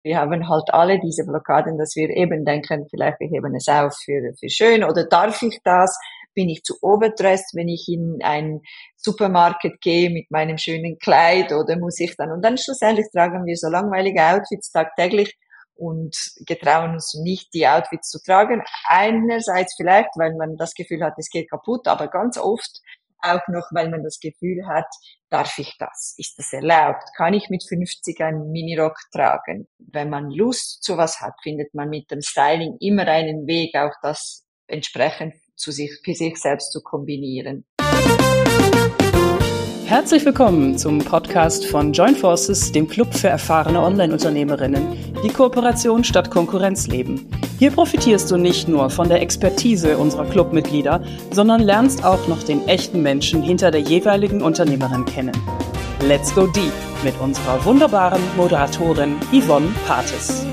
wir haben halt alle diese Blockaden, dass wir eben denken, vielleicht wir heben es auf für schön oder darf ich das? Bin ich zu overdressed, wenn ich in einen Supermarkt gehe mit meinem schönen Kleid oder muss ich dann? Und dann schlussendlich tragen wir so langweilige Outfits tagtäglich und getrauen uns nicht, die Outfits zu tragen. Einerseits vielleicht, weil man das Gefühl hat, es geht kaputt, aber ganz oft auch noch, weil man das Gefühl hat, darf ich das? Ist das erlaubt? Kann ich mit 50 einen Minirock tragen? Wenn man Lust zu was hat, findet man mit dem Styling immer einen Weg, auch das entsprechend für sich selbst zu kombinieren. Herzlich willkommen zum Podcast von Join Forces, dem Club für erfahrene Online-Unternehmerinnen, die Kooperation statt Konkurrenz leben. Hier profitierst du nicht nur von der Expertise unserer Clubmitglieder, sondern lernst auch noch den echten Menschen hinter der jeweiligen Unternehmerin kennen. Let's go deep mit unserer wunderbaren Moderatorin Yvonne Pates.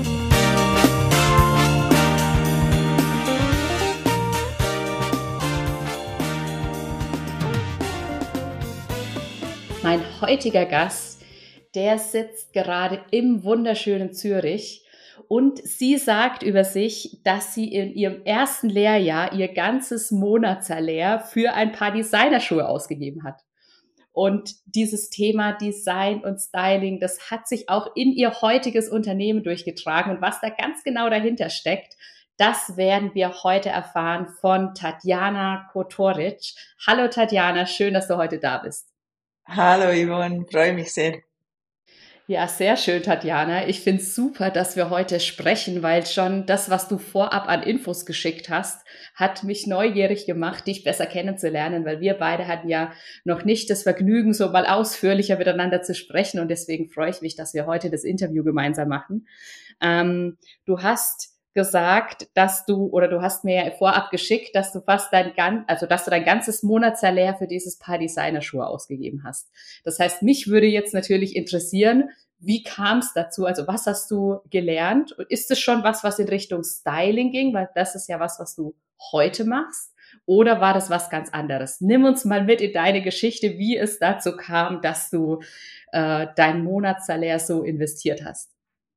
Mein heutiger Gast, der sitzt gerade im wunderschönen Zürich und sie sagt über sich, dass sie in ihrem ersten Lehrjahr ihr ganzes Monatssalär für ein paar Designerschuhe ausgegeben hat. Und dieses Thema Design und Styling, das hat sich auch in ihr heutiges Unternehmen durchgetragen. Und was da ganz genau dahinter steckt, das werden wir heute erfahren von Tatjana Kotoric. Hallo Tatjana, schön, dass du heute da bist. Hallo Yvonne, freue mich sehr. Ja, sehr schön, Tatjana. Ich finde es super, dass wir heute sprechen, weil schon das, was du vorab an Infos geschickt hast, hat mich neugierig gemacht, dich besser kennenzulernen, weil wir beide hatten ja noch nicht das Vergnügen, so mal ausführlicher miteinander zu sprechen, und deswegen freue ich mich, dass wir heute das Interview gemeinsam machen. Du hast gesagt, du hast mir ja vorab geschickt, dass du dass du dein ganzes Monatssalär für dieses Paar Designerschuhe ausgegeben hast. Das heißt, mich würde jetzt natürlich interessieren, wie kam es dazu? Also was hast du gelernt? Und ist es schon was in Richtung Styling ging? Weil das ist ja was du heute machst. Oder war das was ganz anderes? Nimm uns mal mit in deine Geschichte, wie es dazu kam, dass du dein Monatssalär so investiert hast.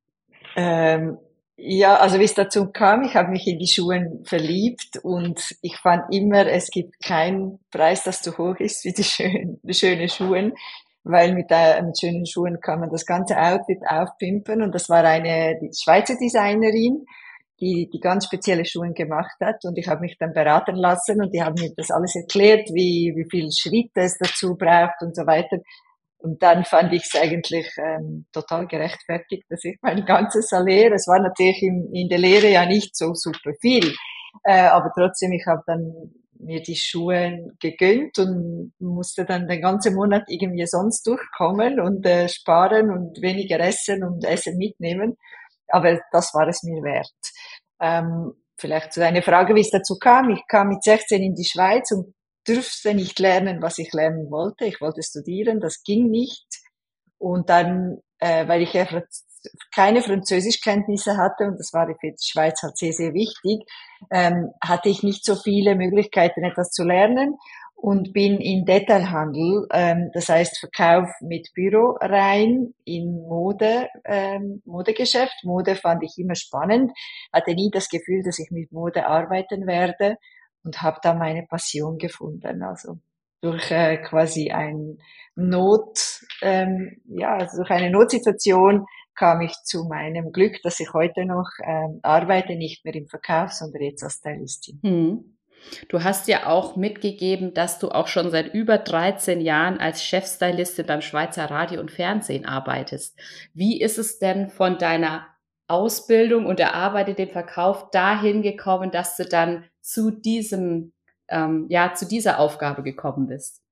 Ja, also wie es dazu kam, ich habe mich in die Schuhe verliebt und ich fand immer, es gibt keinen Preis, das zu hoch ist wie die schönen Schuhe, weil mit schönen Schuhen kann man das ganze Outfit aufpimpen, und das war die Schweizer Designerin, die ganz spezielle Schuhe gemacht hat, und ich habe mich dann beraten lassen und die haben mir das alles erklärt, wie viele Schritte es dazu braucht und so weiter. Und dann fand ich es eigentlich total gerechtfertigt, dass ich mein ganzes Salär, es war natürlich in der Lehre ja nicht so super viel, aber trotzdem, ich habe dann mir die Schuhe gegönnt und musste dann den ganzen Monat irgendwie sonst durchkommen und sparen und weniger essen und Essen mitnehmen. Aber das war es mir wert. Vielleicht zu deiner Frage, wie es dazu kam. Ich kam mit 16 in die Schweiz und durfte nicht lernen, was ich lernen wollte. Ich wollte studieren, das ging nicht. Und dann, weil ich ja keine Französischkenntnisse hatte, und das war für die Schweiz halt sehr, sehr wichtig, hatte ich nicht so viele Möglichkeiten, etwas zu lernen, und bin in Detailhandel, das heißt Verkauf mit Büro rein, in Modegeschäft. Mode fand ich immer spannend, hatte nie das Gefühl, dass ich mit Mode arbeiten werde, und habe da meine Passion gefunden. Also durch quasi also durch eine Notsituation kam ich zu meinem Glück, dass ich heute noch arbeite, nicht mehr im Verkauf, sondern jetzt als Stylistin. Du hast ja auch mitgegeben, dass du auch schon seit über 13 Jahren als Chefstylistin beim Schweizer Radio und Fernsehen arbeitest. Wie ist es denn von deiner Ausbildung und der Arbeit in dem Verkauf dahin gekommen, dass du dann zu dieser Aufgabe gekommen bist?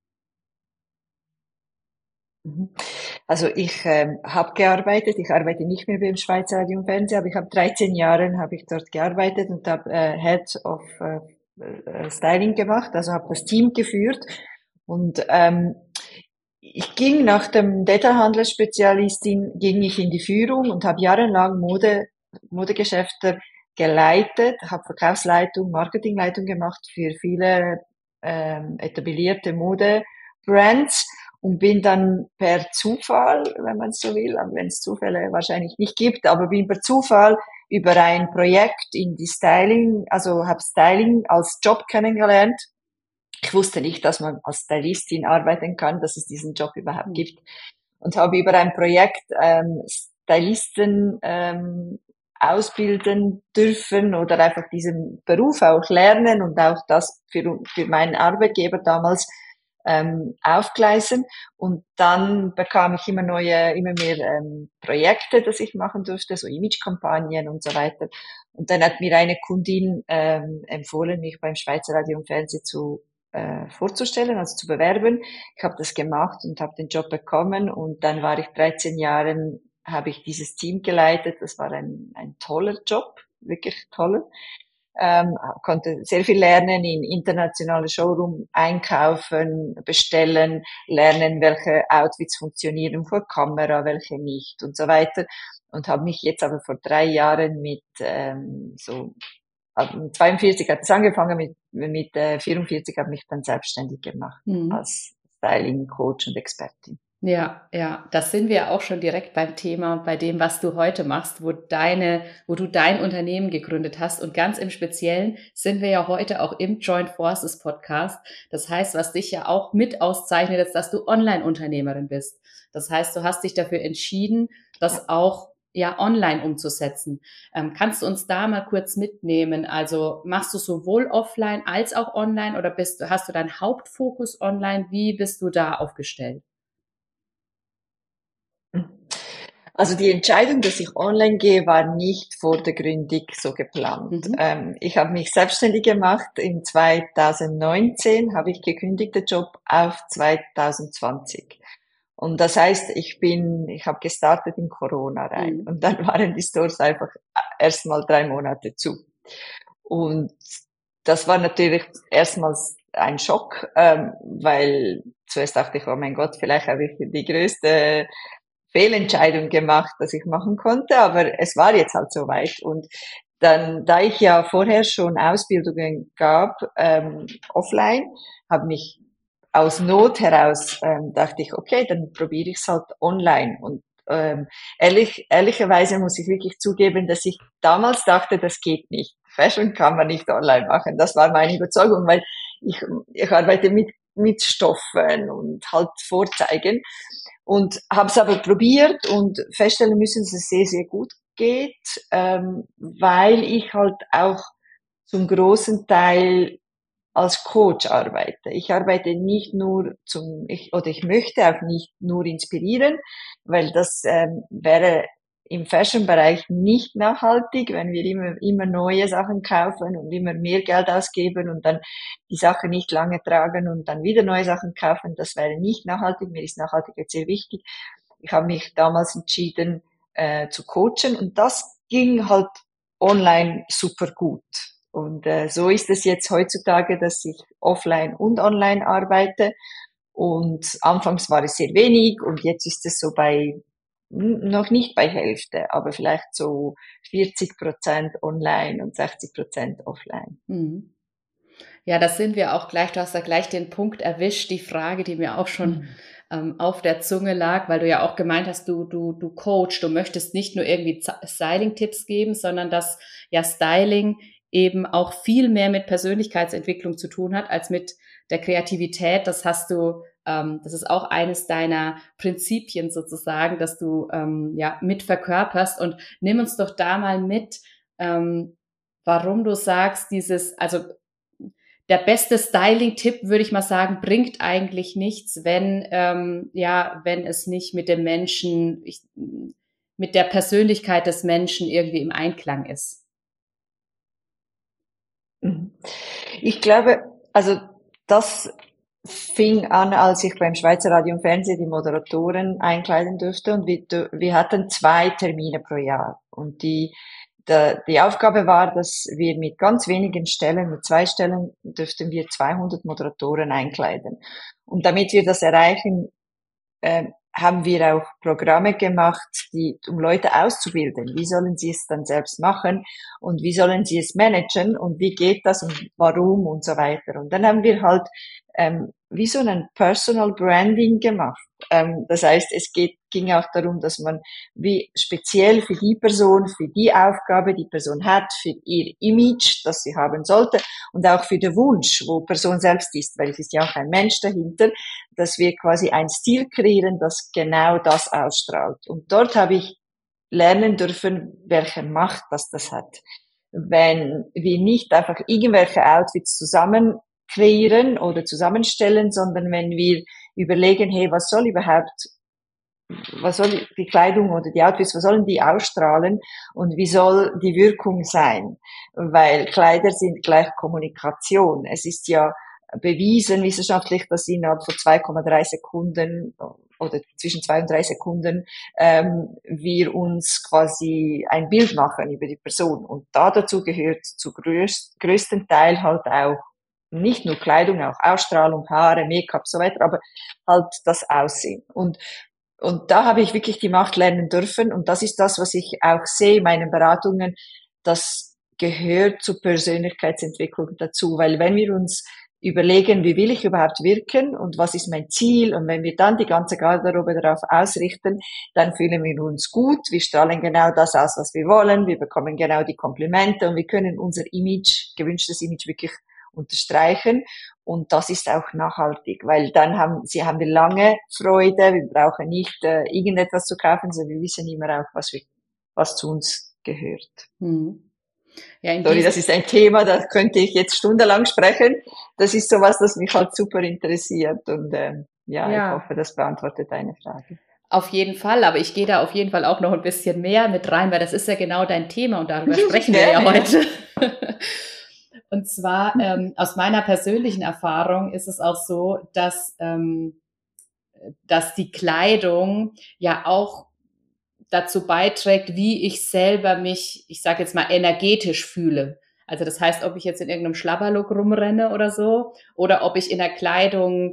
Also ich habe gearbeitet, ich arbeite nicht mehr beim Schweizer Radio und Fernsehen, aber ich habe 13 Jahre habe ich dort gearbeitet und habe Head of Styling gemacht, also habe das Team geführt, und ich ging nach dem Detailhandelsspezialistin ging ich in die Führung und habe jahrelang Modegeschäfte geleitet, habe Verkaufsleitung, Marketingleitung gemacht für viele etablierte Modebrands. und bin dann per Zufall, wenn man es so will, wenn es Zufälle wahrscheinlich nicht gibt, aber bin per Zufall über ein Projekt in die Styling, also habe Styling als Job kennengelernt. Ich wusste nicht, dass man als Stylistin arbeiten kann, dass es diesen Job überhaupt gibt, und habe über ein Projekt Stylisten ausbilden dürfen oder einfach diesen Beruf auch lernen und auch das für meinen Arbeitgeber damals aufgleisen. Und dann bekam ich immer mehr Projekte, das ich machen durfte, so Imagekampagnen und so weiter. Und dann hat mir eine Kundin empfohlen, mich beim Schweizer Radio und Fernsehen vorzustellen, also zu bewerben. Ich habe das gemacht und habe den Job bekommen, und dann war ich 13 Jahre, habe ich dieses Team geleitet. Das war ein toller Job, wirklich toller. Konnte sehr viel lernen, in internationale Showroom einkaufen, bestellen, lernen, welche Outfits funktionieren vor Kamera, welche nicht und so weiter. Und habe mich jetzt aber vor 3 Jahren mit 42 hat es angefangen, mit 44 habe ich mich dann selbstständig gemacht als Styling Coach und Expertin. Ja, ja, das sind wir auch schon direkt beim Thema, bei dem, was du heute machst, wo du dein Unternehmen gegründet hast. Und ganz im Speziellen sind wir ja heute auch im Joint Forces Podcast. Das heißt, was dich ja auch mit auszeichnet, ist, dass du Online-Unternehmerin bist. Das heißt, du hast dich dafür entschieden, das auch online umzusetzen. Kannst du uns da mal kurz mitnehmen? Also machst du sowohl offline als auch online, oder hast du deinen Hauptfokus online? Wie bist du da aufgestellt? Also die Entscheidung, dass ich online gehe, war nicht vor der Gründung so geplant. Ich habe mich selbstständig gemacht. In 2019 habe ich gekündigt, den Job auf 2020. Und das heißt, ich habe gestartet in Corona rein. Und dann waren die Stores einfach erstmal 3 Monate zu. Und das war natürlich erstmals ein Schock, weil zuerst dachte ich, oh mein Gott, vielleicht habe ich die größte Fehlentscheidung gemacht, dass ich machen konnte, aber es war jetzt halt soweit. Und dann, da ich ja vorher schon Ausbildungen gab, offline, habe mich aus Not heraus, dachte ich, okay, dann probiere ich es halt online. Und ehrlicherweise muss ich wirklich zugeben, dass ich damals dachte, das geht nicht. Fashion kann man nicht online machen. Das war meine Überzeugung, weil ich arbeite mit Stoffen und halt vorzeigen. Und habe es aber probiert und feststellen müssen, dass es sehr, sehr gut geht, weil ich halt auch zum großen Teil als Coach arbeite. Ich arbeite nicht nur ich möchte auch nicht nur inspirieren, weil das wäre im Fashion-Bereich nicht nachhaltig, wenn wir immer neue Sachen kaufen und immer mehr Geld ausgeben und dann die Sachen nicht lange tragen und dann wieder neue Sachen kaufen. Das wäre nicht nachhaltig. Mir ist Nachhaltigkeit sehr wichtig. Ich habe mich damals entschieden zu coachen, und das ging halt online super gut. Und so ist es jetzt heutzutage, dass ich offline und online arbeite. Und anfangs war es sehr wenig, und jetzt ist es so noch nicht bei Hälfte, aber vielleicht so 40% online und 60% offline. Ja, das sind wir auch gleich. Du hast da gleich den Punkt erwischt, die Frage, die mir auch schon auf der Zunge lag, weil du ja auch gemeint hast, du coachst, du möchtest nicht nur irgendwie Styling-Tipps geben, sondern dass ja Styling eben auch viel mehr mit Persönlichkeitsentwicklung zu tun hat, als mit der Kreativität. Das ist auch eines deiner Prinzipien sozusagen, dass du mit verkörperst. Und nimm uns doch da mal mit, warum du sagst, der beste Styling-Tipp, würde ich mal sagen, bringt eigentlich nichts, wenn es nicht mit dem Menschen, mit der Persönlichkeit des Menschen irgendwie im Einklang ist. Ich glaube, also das fing an, als ich beim Schweizer Radio und Fernsehen die Moderatoren einkleiden durfte, und wir hatten 2 Termine pro Jahr, und die Aufgabe war, dass wir mit ganz wenigen Stellen, mit 2 Stellen, dürften wir 200 Moderatoren einkleiden. Und damit wir das erreichen, haben wir auch Programme gemacht, um Leute auszubilden. Wie sollen sie es dann selbst machen und wie sollen sie es managen und wie geht das und warum und so weiter. Und dann haben wir halt wie so ein Personal Branding gemacht. Das heißt, ging auch darum, dass man wie speziell für die Person, für die Aufgabe, die Person hat, für ihr Image, das sie haben sollte und auch für den Wunsch, wo Person selbst ist, weil es ist ja auch ein Mensch dahinter, dass wir quasi ein Stil kreieren, das genau das ausstrahlt. Und dort habe ich lernen dürfen, welche Macht das hat. Wenn wir nicht einfach irgendwelche Outfits zusammen kreieren oder zusammenstellen, sondern wenn wir überlegen, hey, was soll die Kleidung oder die Outfits, was sollen die ausstrahlen und wie soll die Wirkung sein? Weil Kleider sind gleich Kommunikation. Es ist ja bewiesen wissenschaftlich, dass innerhalb von 2,3 Sekunden oder zwischen 2 und 3 Sekunden wir uns quasi ein Bild machen über die Person. Und da dazu gehört zu größten Teil halt auch nicht nur Kleidung, auch Ausstrahlung, Haare, Make-up, so weiter, aber halt das Aussehen. Und da habe ich wirklich die Macht lernen dürfen. Und das ist das, was ich auch sehe in meinen Beratungen. Das gehört zur Persönlichkeitsentwicklung dazu. Weil wenn wir uns überlegen, wie will ich überhaupt wirken und was ist mein Ziel, und wenn wir dann die ganze Garderobe darauf ausrichten, dann fühlen wir uns gut, wir strahlen genau das aus, was wir wollen, wir bekommen genau die Komplimente und wir können unser Image, gewünschtes Image wirklich unterstreichen. Und das ist auch nachhaltig, weil dann haben wir lange Freude. Wir brauchen nicht irgendetwas zu kaufen, sondern wir wissen immer auch, was zu uns gehört. Hm. Ja, Sorry, das ist ein Thema, da könnte ich jetzt stundenlang sprechen. Das ist sowas, das mich halt super interessiert. Und ja, ich hoffe, das beantwortet deine Frage. Auf jeden Fall, aber ich gehe da auf jeden Fall auch noch ein bisschen mehr mit rein, weil das ist ja genau dein Thema und darüber sprechen wir ja heute. Und zwar aus meiner persönlichen Erfahrung ist es auch so, dass die Kleidung ja auch dazu beiträgt, wie ich selber mich, ich sage jetzt mal, energetisch fühle. Also das heißt, ob ich jetzt in irgendeinem Schlabberlook rumrenne oder so, oder ob ich in der Kleidung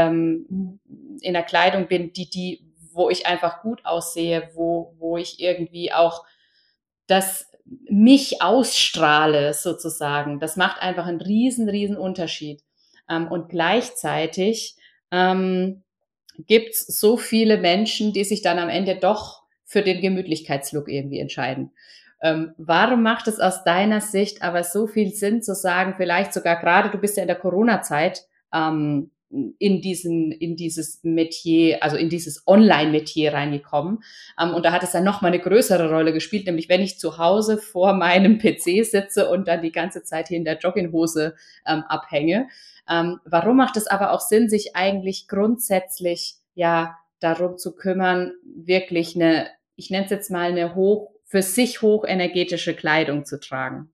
bin, wo ich einfach gut aussehe, wo ich irgendwie auch das mich ausstrahle sozusagen. Das macht einfach einen riesen Unterschied. Und gleichzeitig gibt's so viele Menschen, die sich dann am Ende doch für den Gemütlichkeitslook irgendwie entscheiden. Warum macht es aus deiner Sicht aber so viel Sinn zu sagen, vielleicht sogar gerade, du bist ja in der Corona-Zeit in dieses Metier, also in dieses Online-Metier reingekommen. Und da hat es dann noch mal eine größere Rolle gespielt, nämlich wenn ich zu Hause vor meinem PC sitze und dann die ganze Zeit hier in der Jogginghose abhänge. Warum macht es aber auch Sinn, sich eigentlich grundsätzlich ja darum zu kümmern, wirklich ich nenne es jetzt mal für sich hochenergetische Kleidung zu tragen?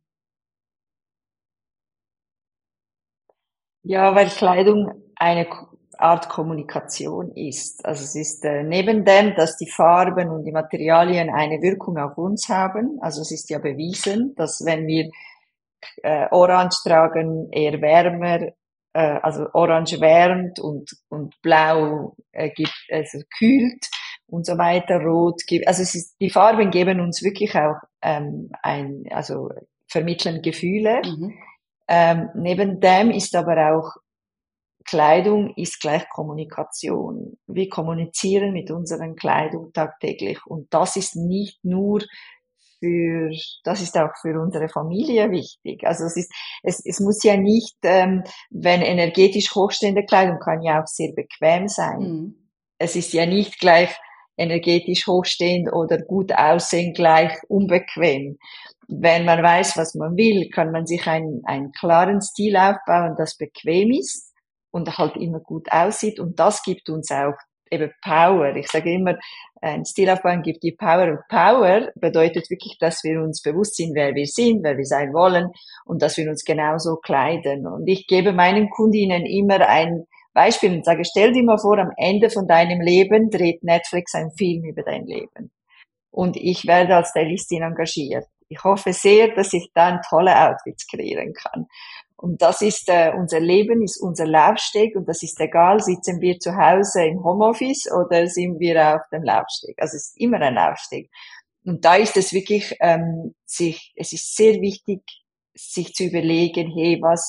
Ja, weil Kleidung eine Art Kommunikation ist. Also es ist neben dem, dass die Farben und die Materialien eine Wirkung auf uns haben. Also es ist ja bewiesen, dass wenn wir Orange tragen, eher wärmer, also Orange wärmt und Blau also kühlt und so weiter, Rot gibt. Also die Farben geben uns wirklich auch also vermitteln Gefühle. Mhm. Neben dem ist aber auch Kleidung ist gleich Kommunikation. Wir kommunizieren mit unseren Kleidung tagtäglich und das ist nicht nur das ist auch für unsere Familie wichtig. Also es muss ja nicht, wenn energetisch hochstehende Kleidung kann ja auch sehr bequem sein. Mhm. Es ist ja nicht gleich energetisch hochstehend oder gut aussehen gleich unbequem. Wenn man weiß, was man will, kann man sich einen klaren Stil aufbauen, das bequem ist und halt immer gut aussieht. Und das gibt uns auch eben Power. Ich sage immer, ein Stil aufbauen gibt die Power. Und Power bedeutet wirklich, dass wir uns bewusst sind, wer wir sind, wer wir sein wollen und dass wir uns genauso kleiden. Und ich gebe meinen Kundinnen immer ein Beispiel und sage, stell dir mal vor, am Ende von deinem Leben dreht Netflix einen Film über dein Leben. Und ich werde als Stylistin engagiert. Ich hoffe sehr, dass ich dann tolle Outfits kreieren kann. Und das ist, unser Leben ist unser Laufsteg und das ist egal, sitzen wir zu Hause im Homeoffice oder sind wir auf dem Laufsteg. Also es ist immer ein Laufsteg. Und da ist es wirklich, es ist sehr wichtig, sich zu überlegen, hey, was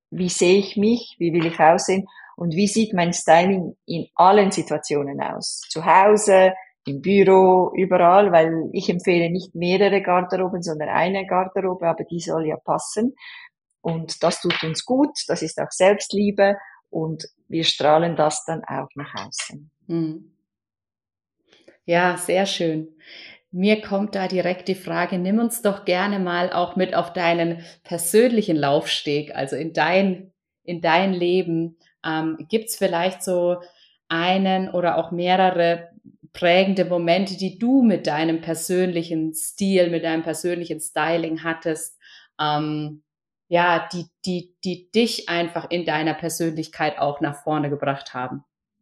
wie sehe ich mich, wie will ich aussehen und wie sieht mein Styling in allen Situationen aus. Zu Hause, im Büro, überall, weil ich empfehle nicht mehrere Garderoben, sondern eine Garderobe, aber die soll ja passen. Und das tut uns gut, das ist auch Selbstliebe und wir strahlen das dann auch nach außen. Hm. Ja, sehr schön. Mir kommt da direkt die Frage, nimm uns doch gerne mal auch mit auf deinen persönlichen Laufsteg, also in dein Leben. Gibt's vielleicht so einen oder auch mehrere prägende Momente, die du mit deinem persönlichen Stil, mit deinem persönlichen Styling hattest, ja, die dich einfach in deiner Persönlichkeit auch nach vorne gebracht haben?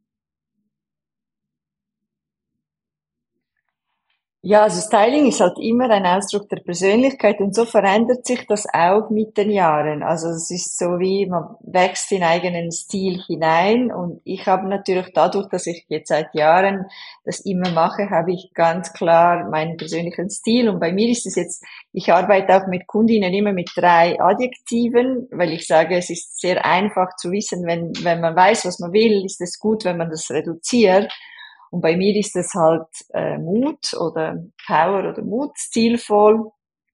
Ja, also Styling ist halt immer ein Ausdruck der Persönlichkeit und so verändert sich das auch mit den Jahren. Also es ist so wie, man wächst in eigenen Stil hinein und ich habe natürlich dadurch, dass ich jetzt seit Jahren das immer mache, habe ich ganz klar meinen persönlichen Stil und bei mir ist es jetzt, ich arbeite auch mit Kundinnen immer mit 3 Adjektiven, weil ich sage, es ist sehr einfach zu wissen, wenn man weiß, was man will, ist es gut, wenn man das reduziert. Und bei mir ist es halt Mut oder Power oder Mut, stilvoll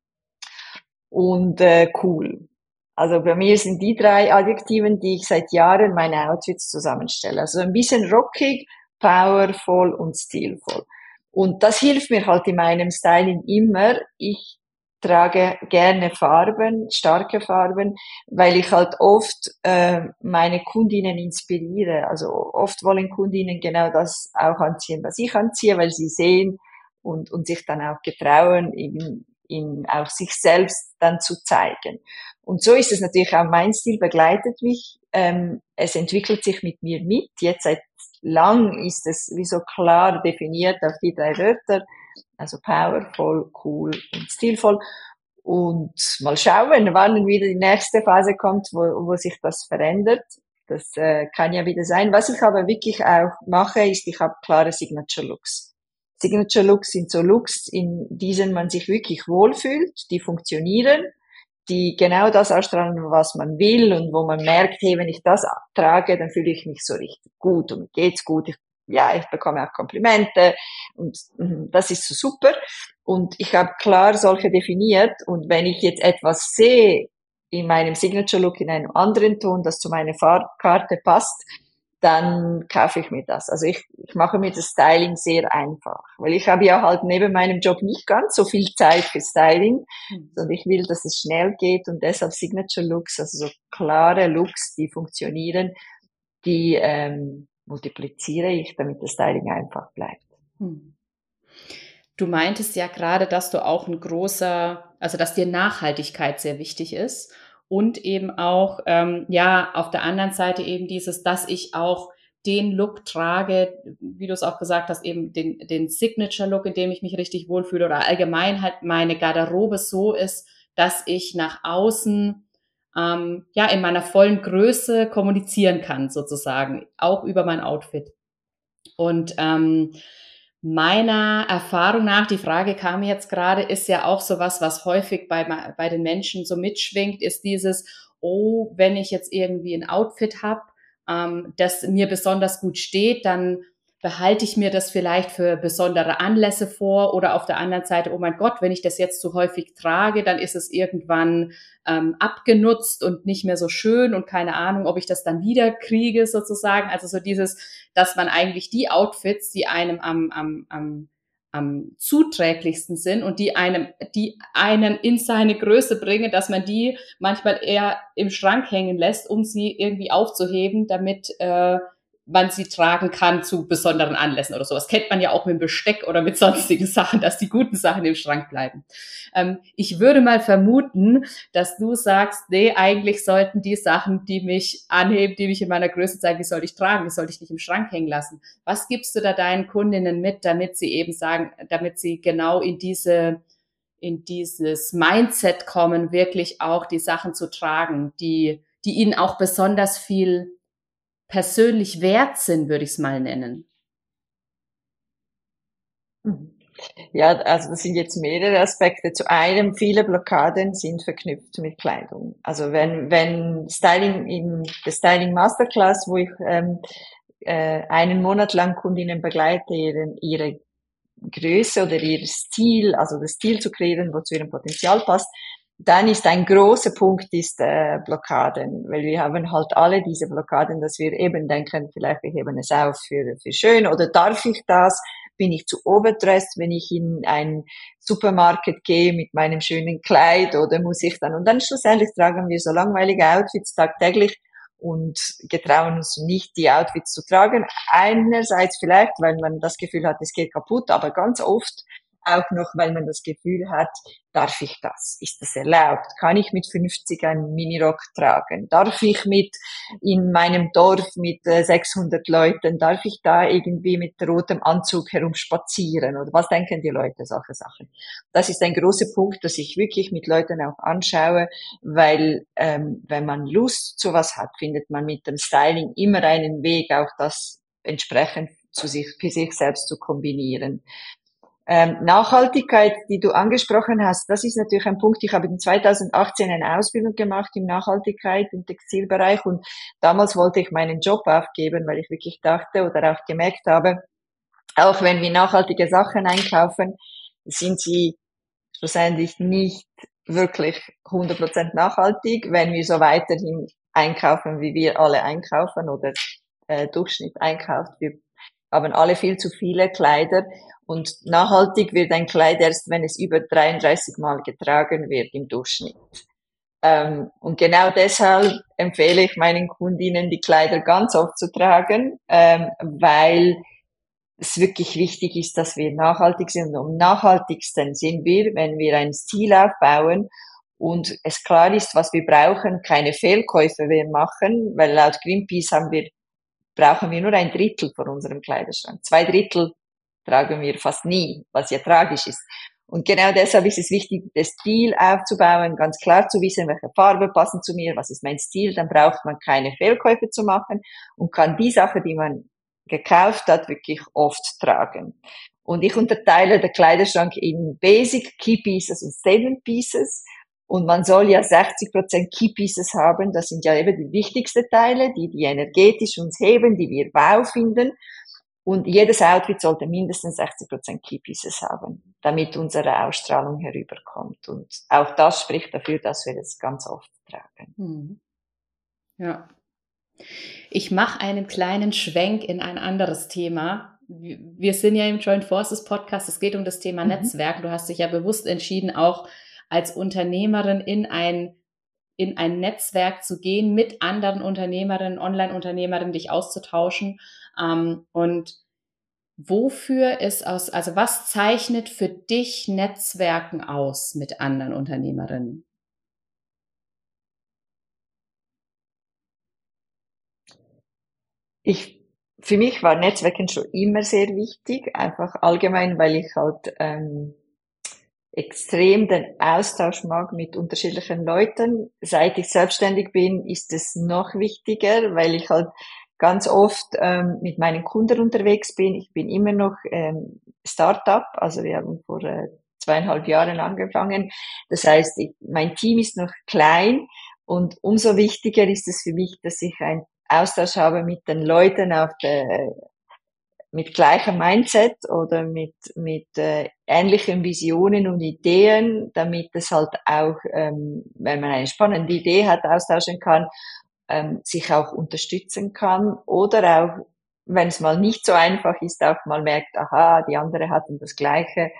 und cool. Also bei mir sind die 3 Adjektiven, die ich seit Jahren meine Outfits zusammenstelle. Also ein bisschen rockig, powervoll und stilvoll. Und das hilft mir halt in meinem Styling immer. Ich trage gerne Farben, starke Farben, weil ich halt oft meine Kundinnen inspiriere. Also oft wollen Kundinnen genau das auch anziehen, was ich anziehe, weil sie sehen und sich dann auch getrauen, eben auch sich selbst dann zu zeigen. Und so ist es natürlich auch, mein Stil begleitet mich. Es entwickelt sich mit mir mit. Jetzt seit lang ist es wie so klar definiert auf die 3 Wörter. Also powerful, cool und stilvoll. Und mal schauen, wann wieder die nächste Phase kommt, wo sich das verändert. Das kann ja wieder sein. Was ich aber wirklich auch mache, ist, ich habe klare Signature Looks. Signature Looks sind so Looks, in diesen man sich wirklich wohlfühlt, die funktionieren, die genau das ausstrahlen, was man will und wo man merkt, hey, wenn ich das trage, dann fühle ich mich so richtig gut und mir geht's gut. Ich bekomme auch Komplimente und das ist so super. Und ich habe klar solche definiert und wenn ich jetzt etwas sehe in meinem Signature Look in einem anderen Ton, das zu meiner Farbkarte passt, dann kaufe ich mir das. Also ich mache mir das Styling sehr einfach, weil ich habe ja halt neben meinem Job nicht ganz so viel Zeit für Styling, sondern ich will, dass es schnell geht und deshalb Signature Looks, also so klare Looks, die funktionieren, die multipliziere ich, damit das Styling einfach bleibt. Du meintest ja gerade, dass du auch also dass dir Nachhaltigkeit sehr wichtig ist und eben auch, ja, auf der anderen Seite eben dass ich auch den Look trage, wie du es auch gesagt hast, eben den Signature-Look, in dem ich mich richtig wohlfühle oder allgemein halt meine Garderobe so ist, dass ich nach außen, ja, in meiner vollen Größe kommunizieren kann, sozusagen, auch über mein Outfit. Und meiner Erfahrung nach, die Frage kam jetzt gerade, ist ja auch sowas, was häufig bei den Menschen so mitschwingt, ist dieses, oh, wenn ich jetzt irgendwie ein Outfit habe, das mir besonders gut steht, dann behalte ich mir das vielleicht für besondere Anlässe vor oder auf der anderen Seite, oh mein Gott, wenn ich das jetzt zu häufig trage, dann ist es irgendwann abgenutzt und nicht mehr so schön und keine Ahnung, ob ich das dann wieder kriege sozusagen. Also so dieses, dass man eigentlich die Outfits, die einem am zuträglichsten sind und die einen in seine Größe bringen, dass man die manchmal eher im Schrank hängen lässt, um sie irgendwie aufzuheben, damit man sie tragen kann zu besonderen Anlässen oder sowas. Kennt man ja auch mit Besteck oder mit sonstigen Sachen, dass die guten Sachen im Schrank bleiben. Ich würde mal vermuten, dass du sagst, nee, eigentlich sollten die Sachen, die mich anheben, die mich in meiner Größe zeigen, die soll ich tragen, die soll ich nicht im Schrank hängen lassen. Was gibst du da deinen Kundinnen mit, damit sie eben sagen, damit sie genau in dieses Mindset kommen, wirklich auch die Sachen zu tragen, die ihnen auch besonders viel persönlich wert sind, würde ich es mal nennen. Ja, also das sind jetzt mehrere Aspekte. Zu einem, viele Blockaden sind verknüpft mit Kleidung. Also wenn Styling in der Styling Masterclass, wo ich einen Monat lang Kundinnen begleite, ihre Größe oder ihr Stil, also das Stil zu kreieren, wo zu ihrem Potenzial passt, dann ist ein großer Punkt ist Blockaden, weil wir haben halt alle diese Blockaden, dass wir eben denken, vielleicht wir heben es auf für schön oder darf ich das? Bin ich zu overdressed, wenn ich in einen Supermarkt gehe mit meinem schönen Kleid oder muss ich dann? Und dann schlussendlich tragen wir so langweilige Outfits tagtäglich und getrauen uns nicht, die Outfits zu tragen. Einerseits vielleicht, weil man das Gefühl hat, es geht kaputt, aber ganz oft auch noch, weil man das Gefühl hat, darf ich das? Ist das erlaubt? Kann ich mit 50 einen Minirock tragen? Darf ich in meinem Dorf mit 600 Leuten, darf ich da irgendwie mit rotem Anzug herumspazieren? Oder was denken die Leute? Solche Sachen. Das ist ein großer Punkt, dass ich wirklich mit Leuten auch anschaue, weil wenn man Lust zu was hat, findet man mit dem Styling immer einen Weg, auch das entsprechend für sich selbst zu kombinieren. Nachhaltigkeit, die du angesprochen hast, das ist natürlich ein Punkt. Ich habe in 2018 eine Ausbildung gemacht in Nachhaltigkeit im Textilbereich und damals wollte ich meinen Job aufgeben, weil ich wirklich dachte oder auch gemerkt habe, auch wenn wir nachhaltige Sachen einkaufen, sind sie schlussendlich nicht wirklich 100% nachhaltig, wenn wir so weiterhin einkaufen, wie wir alle einkaufen oder Durchschnitt einkauft. Wir haben alle viel zu viele Kleider und nachhaltig wird ein Kleid erst, wenn es über 33 Mal getragen wird im Durchschnitt. Und genau deshalb empfehle ich meinen Kundinnen, die Kleider ganz oft zu tragen, weil es wirklich wichtig ist, dass wir nachhaltig sind. Und am nachhaltigsten sind wir, wenn wir einen Stil aufbauen und es klar ist, was wir brauchen, keine Fehlkäufe mehr machen, weil laut Greenpeace brauchen wir nur ein Drittel von unserem Kleiderschrank. 2 Drittel tragen wir fast nie, was ja tragisch ist. Und genau deshalb ist es wichtig, den Stil aufzubauen, ganz klar zu wissen, welche Farbe passen zu mir, was ist mein Stil, dann braucht man keine Fehlkäufe zu machen und kann die Sache, die man gekauft hat, wirklich oft tragen. Und ich unterteile den Kleiderschrank in Basic, Key Pieces und Statement Pieces. Und man soll ja 60% Key Pieces haben. Das sind ja eben die wichtigsten Teile, die energetisch uns heben, die wir wow finden. Und jedes Outfit sollte mindestens 60% Key Pieces haben, damit unsere Ausstrahlung herüberkommt. Und auch das spricht dafür, dass wir das ganz oft tragen. Ja. Ich mache einen kleinen Schwenk in ein anderes Thema. Wir sind ja im Joint Forces Podcast, es geht um das Thema Netzwerk. Du hast dich ja bewusst entschieden, auch als Unternehmerin in ein Netzwerk zu gehen, mit anderen Unternehmerinnen, Online-Unternehmerinnen dich auszutauschen. Und wofür also was zeichnet für dich Netzwerken aus mit anderen Unternehmerinnen? Für mich war Netzwerken schon immer sehr wichtig, einfach allgemein, weil ich halt extrem den Austausch mag mit unterschiedlichen Leuten. Seit ich selbstständig bin, ist es noch wichtiger, weil ich halt ganz oft mit meinen Kunden unterwegs bin. Ich bin immer noch Startup, also wir haben vor 2,5 Jahren angefangen. Das heißt, mein Team ist noch klein und umso wichtiger ist es für mich, dass ich einen Austausch habe mit den Leuten mit gleichem Mindset oder mit ähnlichen Visionen und Ideen, damit es halt auch, wenn man eine spannende Idee hat, austauschen kann, sich auch unterstützen kann oder auch, wenn es mal nicht so einfach ist, auch mal merkt, aha, die andere hatten das Gleiche.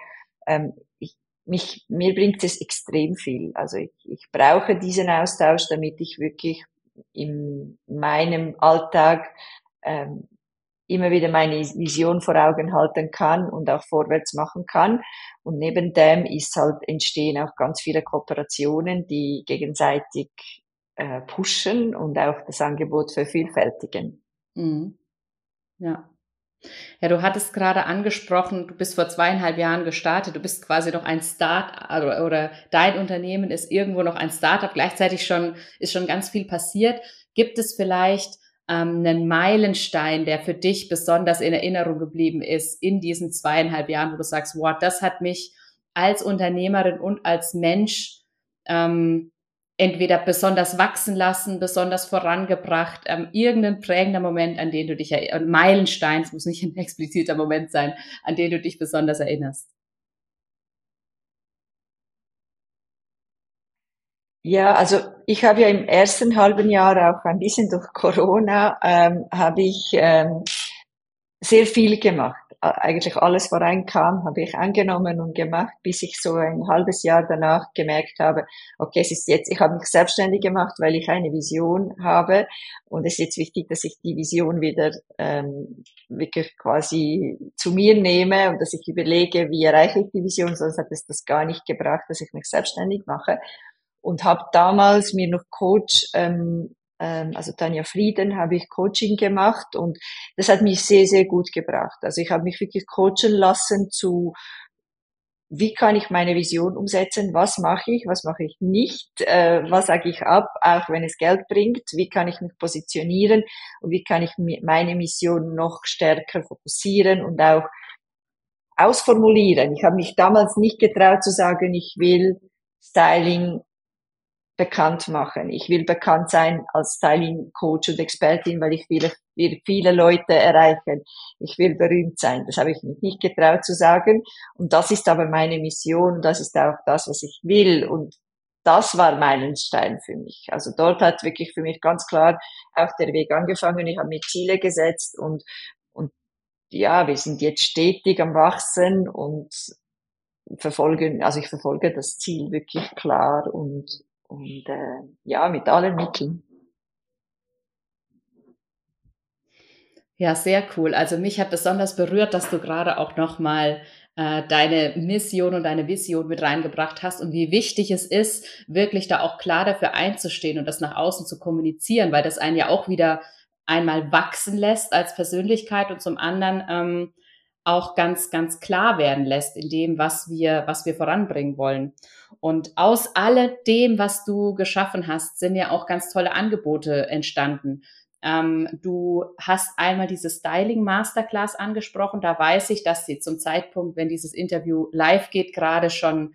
Mir bringt es extrem viel. Also ich brauche diesen Austausch, damit ich wirklich in meinem Alltag immer wieder meine Vision vor Augen halten kann und auch vorwärts machen kann. Und neben dem entstehen auch ganz viele Kooperationen, die gegenseitig pushen und auch das Angebot vervielfältigen. Mhm. Ja. Ja, du hattest gerade angesprochen, du bist vor 2,5 Jahren gestartet, du bist quasi noch ein Start oder dein Unternehmen ist irgendwo noch ein Startup, gleichzeitig ist schon ganz viel passiert. Gibt es vielleicht einen Meilenstein, der für dich besonders in Erinnerung geblieben ist in diesen 2,5 Jahren, wo du sagst, wow, das hat mich als Unternehmerin und als Mensch entweder besonders wachsen lassen, besonders vorangebracht, irgendein prägender Moment, an den du dich erinnerst, Meilenstein, es muss nicht ein expliziter Moment sein, an den du dich besonders erinnerst. Ja, also ich habe ja im ersten halben Jahr auch ein bisschen durch Corona, habe ich sehr viel gemacht. Eigentlich alles, was reinkam, habe ich angenommen und gemacht, bis ich so ein halbes Jahr danach gemerkt habe, okay, es ist jetzt, ich habe mich selbstständig gemacht, weil ich eine Vision habe und es ist jetzt wichtig, dass ich die Vision wieder wirklich quasi zu mir nehme und dass ich überlege, wie erreiche ich die Vision, sonst hat es das gar nicht gebracht, dass ich mich selbstständig mache. Und habe damals mir noch also Tanja Frieden habe ich Coaching gemacht und das hat mich sehr, sehr gut gebracht. Also ich habe mich wirklich coachen lassen zu, wie kann ich meine Vision umsetzen, was mache ich nicht, was sage ich ab, auch wenn es Geld bringt, wie kann ich mich positionieren und wie kann ich meine Mission noch stärker fokussieren und auch ausformulieren. Ich habe mich damals nicht getraut zu sagen, ich will Styling bekannt machen. Ich will bekannt sein als Styling Coach und Expertin, weil ich will viele Leute erreichen. Ich will berühmt sein. Das habe ich mich nicht getraut zu sagen. Und das ist aber meine Mission. Das ist auch das, was ich will. Und das war Meilenstein für mich. Also dort hat wirklich für mich ganz klar auch der Weg angefangen. Ich habe mir Ziele gesetzt und ja, wir sind jetzt stetig am Wachsen und ich verfolge das Ziel wirklich klar und ja, mit allen Mitteln. Ja, sehr cool. Also mich hat besonders berührt, dass du gerade auch nochmal deine Mission und deine Vision mit reingebracht hast und wie wichtig es ist, wirklich da auch klar dafür einzustehen und das nach außen zu kommunizieren, weil das einen ja auch wieder einmal wachsen lässt als Persönlichkeit und zum anderen auch ganz, ganz klar werden lässt in dem, was wir voranbringen wollen. Und aus alledem, was du geschaffen hast, sind ja auch ganz tolle Angebote entstanden. Du hast einmal diese Styling Masterclass angesprochen. Da weiß ich, dass sie zum Zeitpunkt, wenn dieses Interview live geht, gerade schon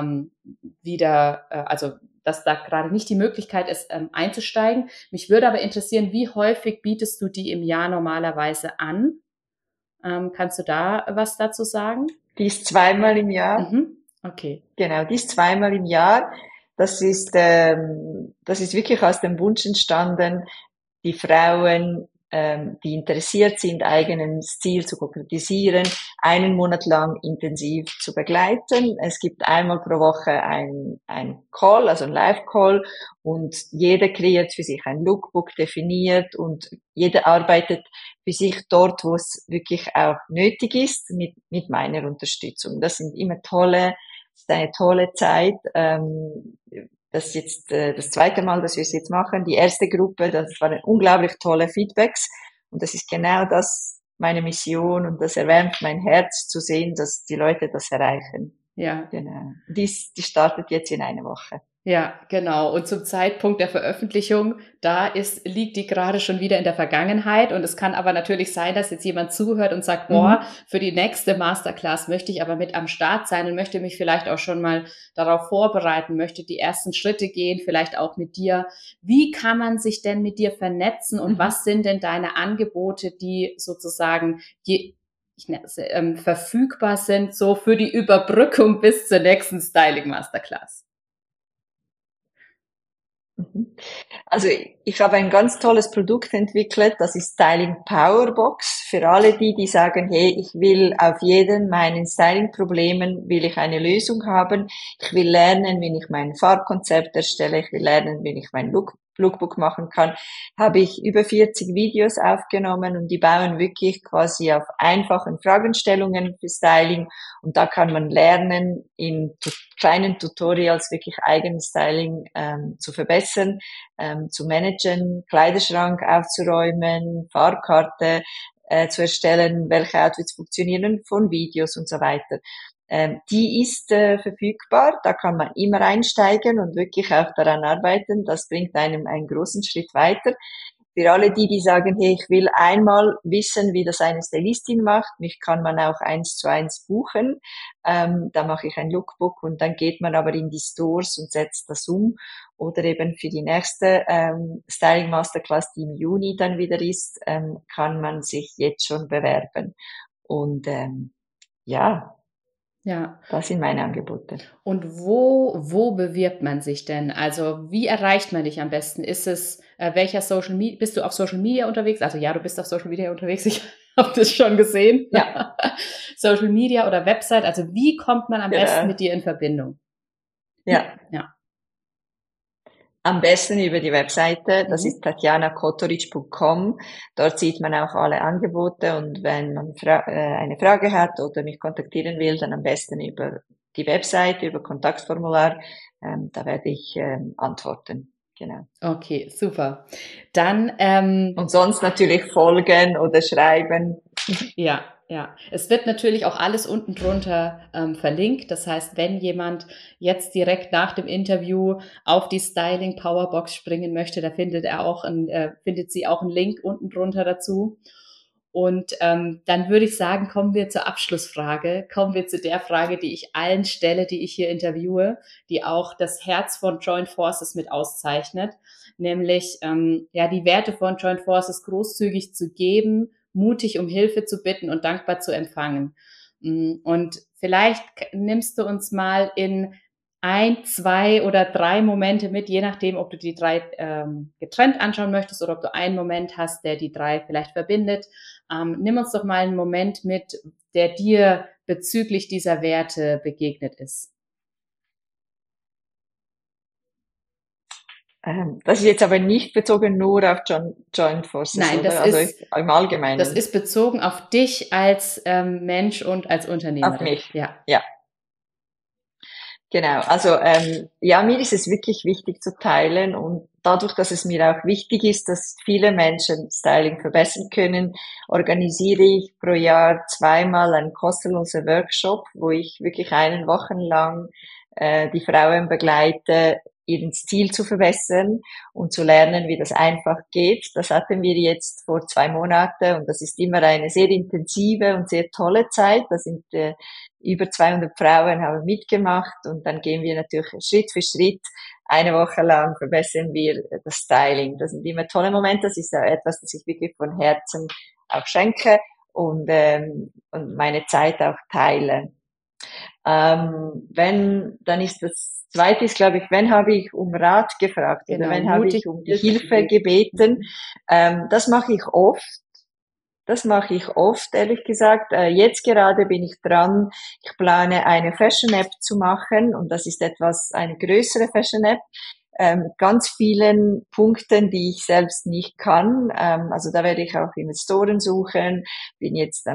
also dass da gerade nicht die Möglichkeit ist, einzusteigen. Mich würde aber interessieren, wie häufig bietest du die im Jahr normalerweise an? Kannst du da was dazu sagen? Die ist zweimal im Jahr. Mhm. Okay. Genau, die ist zweimal im Jahr. Das ist wirklich aus dem Wunsch entstanden, die Frauen, die interessiert sind, eigenes Ziel zu konkretisieren, einen Monat lang intensiv zu begleiten. Es gibt einmal pro Woche ein Call, also ein Live-Call, und jeder kreiert für sich ein Lookbook, definiert, und jeder arbeitet für sich dort, wo es wirklich auch nötig ist, mit meiner Unterstützung. Das ist eine tolle Zeit. Das ist jetzt das zweite Mal, dass wir es jetzt machen. Die erste Gruppe, das waren unglaublich tolle Feedbacks. Und das ist genau das, meine Mission. Und das erwärmt mein Herz zu sehen, dass die Leute das erreichen. Ja. Genau. Die startet jetzt in einer Woche. Ja, genau. Und zum Zeitpunkt der Veröffentlichung, liegt die gerade schon wieder in der Vergangenheit. Und es kann aber natürlich sein, dass jetzt jemand zuhört und sagt, boah, für die nächste Masterclass möchte ich aber mit am Start sein und möchte mich vielleicht auch schon mal darauf vorbereiten, möchte die ersten Schritte gehen, vielleicht auch mit dir. Wie kann man sich denn mit dir vernetzen und was sind denn deine Angebote, die sozusagen verfügbar sind, so für die Überbrückung bis zur nächsten Styling Masterclass? Also ich habe ein ganz tolles Produkt entwickelt, das ist Styling Powerbox. Für alle die sagen, hey, ich will auf jeden meinen Styling-Problemen, will ich eine Lösung haben. Ich will lernen, wie ich mein Farbkonzept erstelle. Ich will lernen, wie ich mein Lookbook machen kann. Habe ich über 40 Videos aufgenommen und die bauen wirklich quasi auf einfachen Fragestellungen für Styling. Und da kann man lernen, in kleinen Tutorials wirklich Eigenstyling zu verbessern, zu managen, Kleiderschrank aufzuräumen, Farbkarte zu erstellen, welche Outfits funktionieren von Videos und so weiter. Die ist verfügbar, da kann man immer einsteigen und wirklich auch daran arbeiten. Das bringt einem einen großen Schritt weiter. für alle die sagen, hey, ich will einmal wissen, wie das eine Stylistin macht, mich kann man auch 1:1 buchen, da mache ich ein Lookbook und dann geht man aber in die Stores und setzt das um. Oder eben für die nächste Styling Masterclass, die im Juni dann wieder ist, kann man sich jetzt schon bewerben. Und ja, Ja. das sind meine Angebote. Und wo bewirbt man sich denn? Also wie erreicht man dich am besten? Ist es, welcher Social Media, bist du auf Social Media unterwegs? Also ja, du bist auf Social Media unterwegs, ich habe das schon gesehen. Ja. Social Media oder Website, also wie kommt man am besten mit dir in Verbindung? Ja. Am besten über die Webseite, das ist tatjanakotoric.com. Dort sieht man auch alle Angebote und wenn man eine Frage hat oder mich kontaktieren will, dann am besten über die Webseite, über Kontaktformular. Da werde ich antworten. Genau. Okay, super. Dann und sonst natürlich folgen oder schreiben. Ja. Es wird natürlich auch alles unten drunter verlinkt. Das heißt, wenn jemand jetzt direkt nach dem Interview auf die Styling Powerbox springen möchte, da findet sie auch einen Link unten drunter dazu. Und dann würde ich sagen, kommen wir zur Abschlussfrage. Kommen wir zu der Frage, die ich allen stelle, die ich hier interviewe, die auch das Herz von Joint Forces mit auszeichnet, nämlich die Werte von Joint Forces großzügig zu geben, mutig um Hilfe zu bitten und dankbar zu empfangen. Und vielleicht nimmst du uns mal in 1, 2 oder 3 Momente mit, je nachdem, ob du die 3 getrennt anschauen möchtest oder ob du einen Moment hast, der die 3 vielleicht verbindet. Nimm uns doch mal einen Moment mit, der dir bezüglich dieser Werte begegnet ist. Das ist jetzt aber nicht bezogen nur auf Joint Forces, Nein, oder? Also im Allgemeinen. Das ist bezogen auf dich als Mensch und als Unternehmerin. Auf mich. Ja. Genau, also mir ist es wirklich wichtig zu teilen und dadurch, dass es mir auch wichtig ist, dass viele Menschen Styling verbessern können, organisiere ich pro Jahr 2-mal einen kostenlosen Workshop, wo ich wirklich 1 Woche lang die Frauen begleite, ihren Stil zu verbessern und zu lernen, wie das einfach geht. Das hatten wir jetzt vor 2 Monaten und das ist immer eine sehr intensive und sehr tolle Zeit. Da sind über 200 Frauen haben mitgemacht und dann gehen wir natürlich Schritt für Schritt 1 Woche lang verbessern wir das Styling. Das sind immer tolle Momente. Das ist ja etwas, das ich wirklich von Herzen auch schenke und meine Zeit auch teile. Dann ist das Zweite ist, glaube ich, wenn habe ich um Rat gefragt oder wenn habe ich um die Hilfe gebeten. Das mache ich oft. Ehrlich gesagt. Jetzt gerade bin ich dran. Ich plane eine Fashion App zu machen und das ist eine größere Fashion App. Ganz vielen Punkten, die ich selbst nicht kann. Also da werde ich auch Investoren suchen. Bin jetzt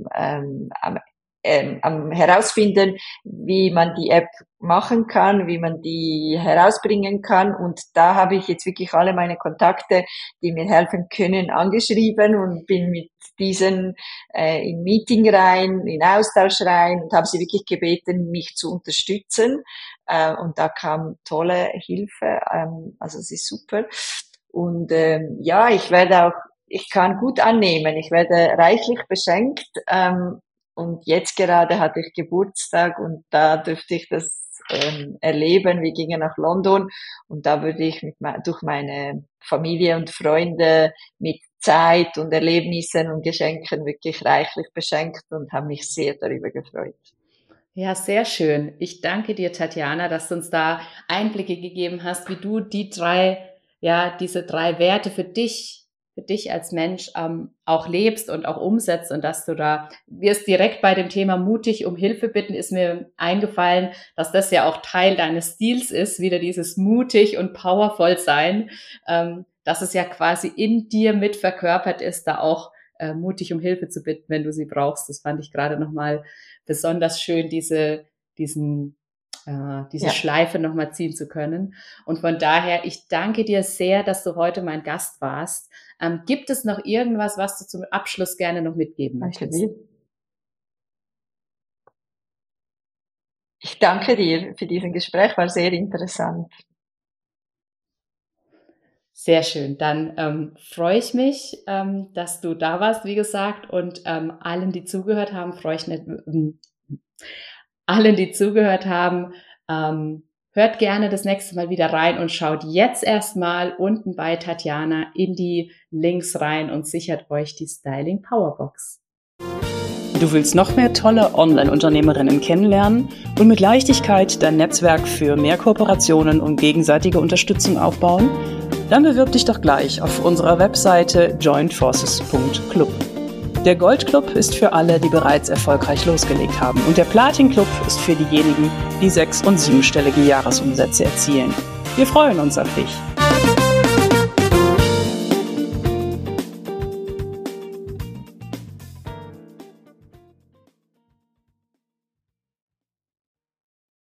am herausfinden, wie man die App machen kann, wie man die herausbringen kann. Und da habe ich jetzt wirklich alle meine Kontakte, die mir helfen können, angeschrieben und bin mit diesen in Meeting rein, in Austausch rein und habe sie wirklich gebeten, mich zu unterstützen. Und da kam tolle Hilfe. Also es ist super. Und ich kann gut annehmen. Ich werde reichlich beschenkt. Und jetzt gerade hatte ich Geburtstag und da dürfte ich das erleben. Wir gingen nach London und da wurde ich durch meine Familie und Freunde mit Zeit und Erlebnissen und Geschenken wirklich reichlich beschenkt und habe mich sehr darüber gefreut. Ja, sehr schön. Ich danke dir, Tatjana, dass du uns da Einblicke gegeben hast, wie du diese 3 Werte für dich als Mensch auch lebst und auch umsetzt und dass du da wirst direkt bei dem Thema mutig um Hilfe bitten, ist mir eingefallen, dass das ja auch Teil deines Stils ist, wieder dieses mutig und powervoll sein, dass es ja quasi in dir mit verkörpert ist, da auch mutig um Hilfe zu bitten, wenn du sie brauchst. Das fand ich gerade nochmal besonders schön, diese Schleife nochmal ziehen zu können. Und von daher, ich danke dir sehr, dass du heute mein Gast warst. Gibt es noch irgendwas, was du zum Abschluss gerne noch mitgeben möchtest? Ich danke dir für diesen Gespräch, war sehr interessant. Sehr schön. Dann freue ich mich, dass du da warst, wie gesagt, und allen, die zugehört haben, hört gerne das nächste Mal wieder rein und schaut jetzt erstmal unten bei Tatjana in die Links rein und sichert euch die Styling Powerbox. Du willst noch mehr tolle Online-Unternehmerinnen kennenlernen und mit Leichtigkeit dein Netzwerk für mehr Kooperationen und gegenseitige Unterstützung aufbauen? Dann bewirb dich doch gleich auf unserer Webseite jointforces.club. Der Goldclub ist für alle, die bereits erfolgreich losgelegt haben, und der Platinclub ist für diejenigen, die 6- und 7-stellige Jahresumsätze erzielen. Wir freuen uns auf dich.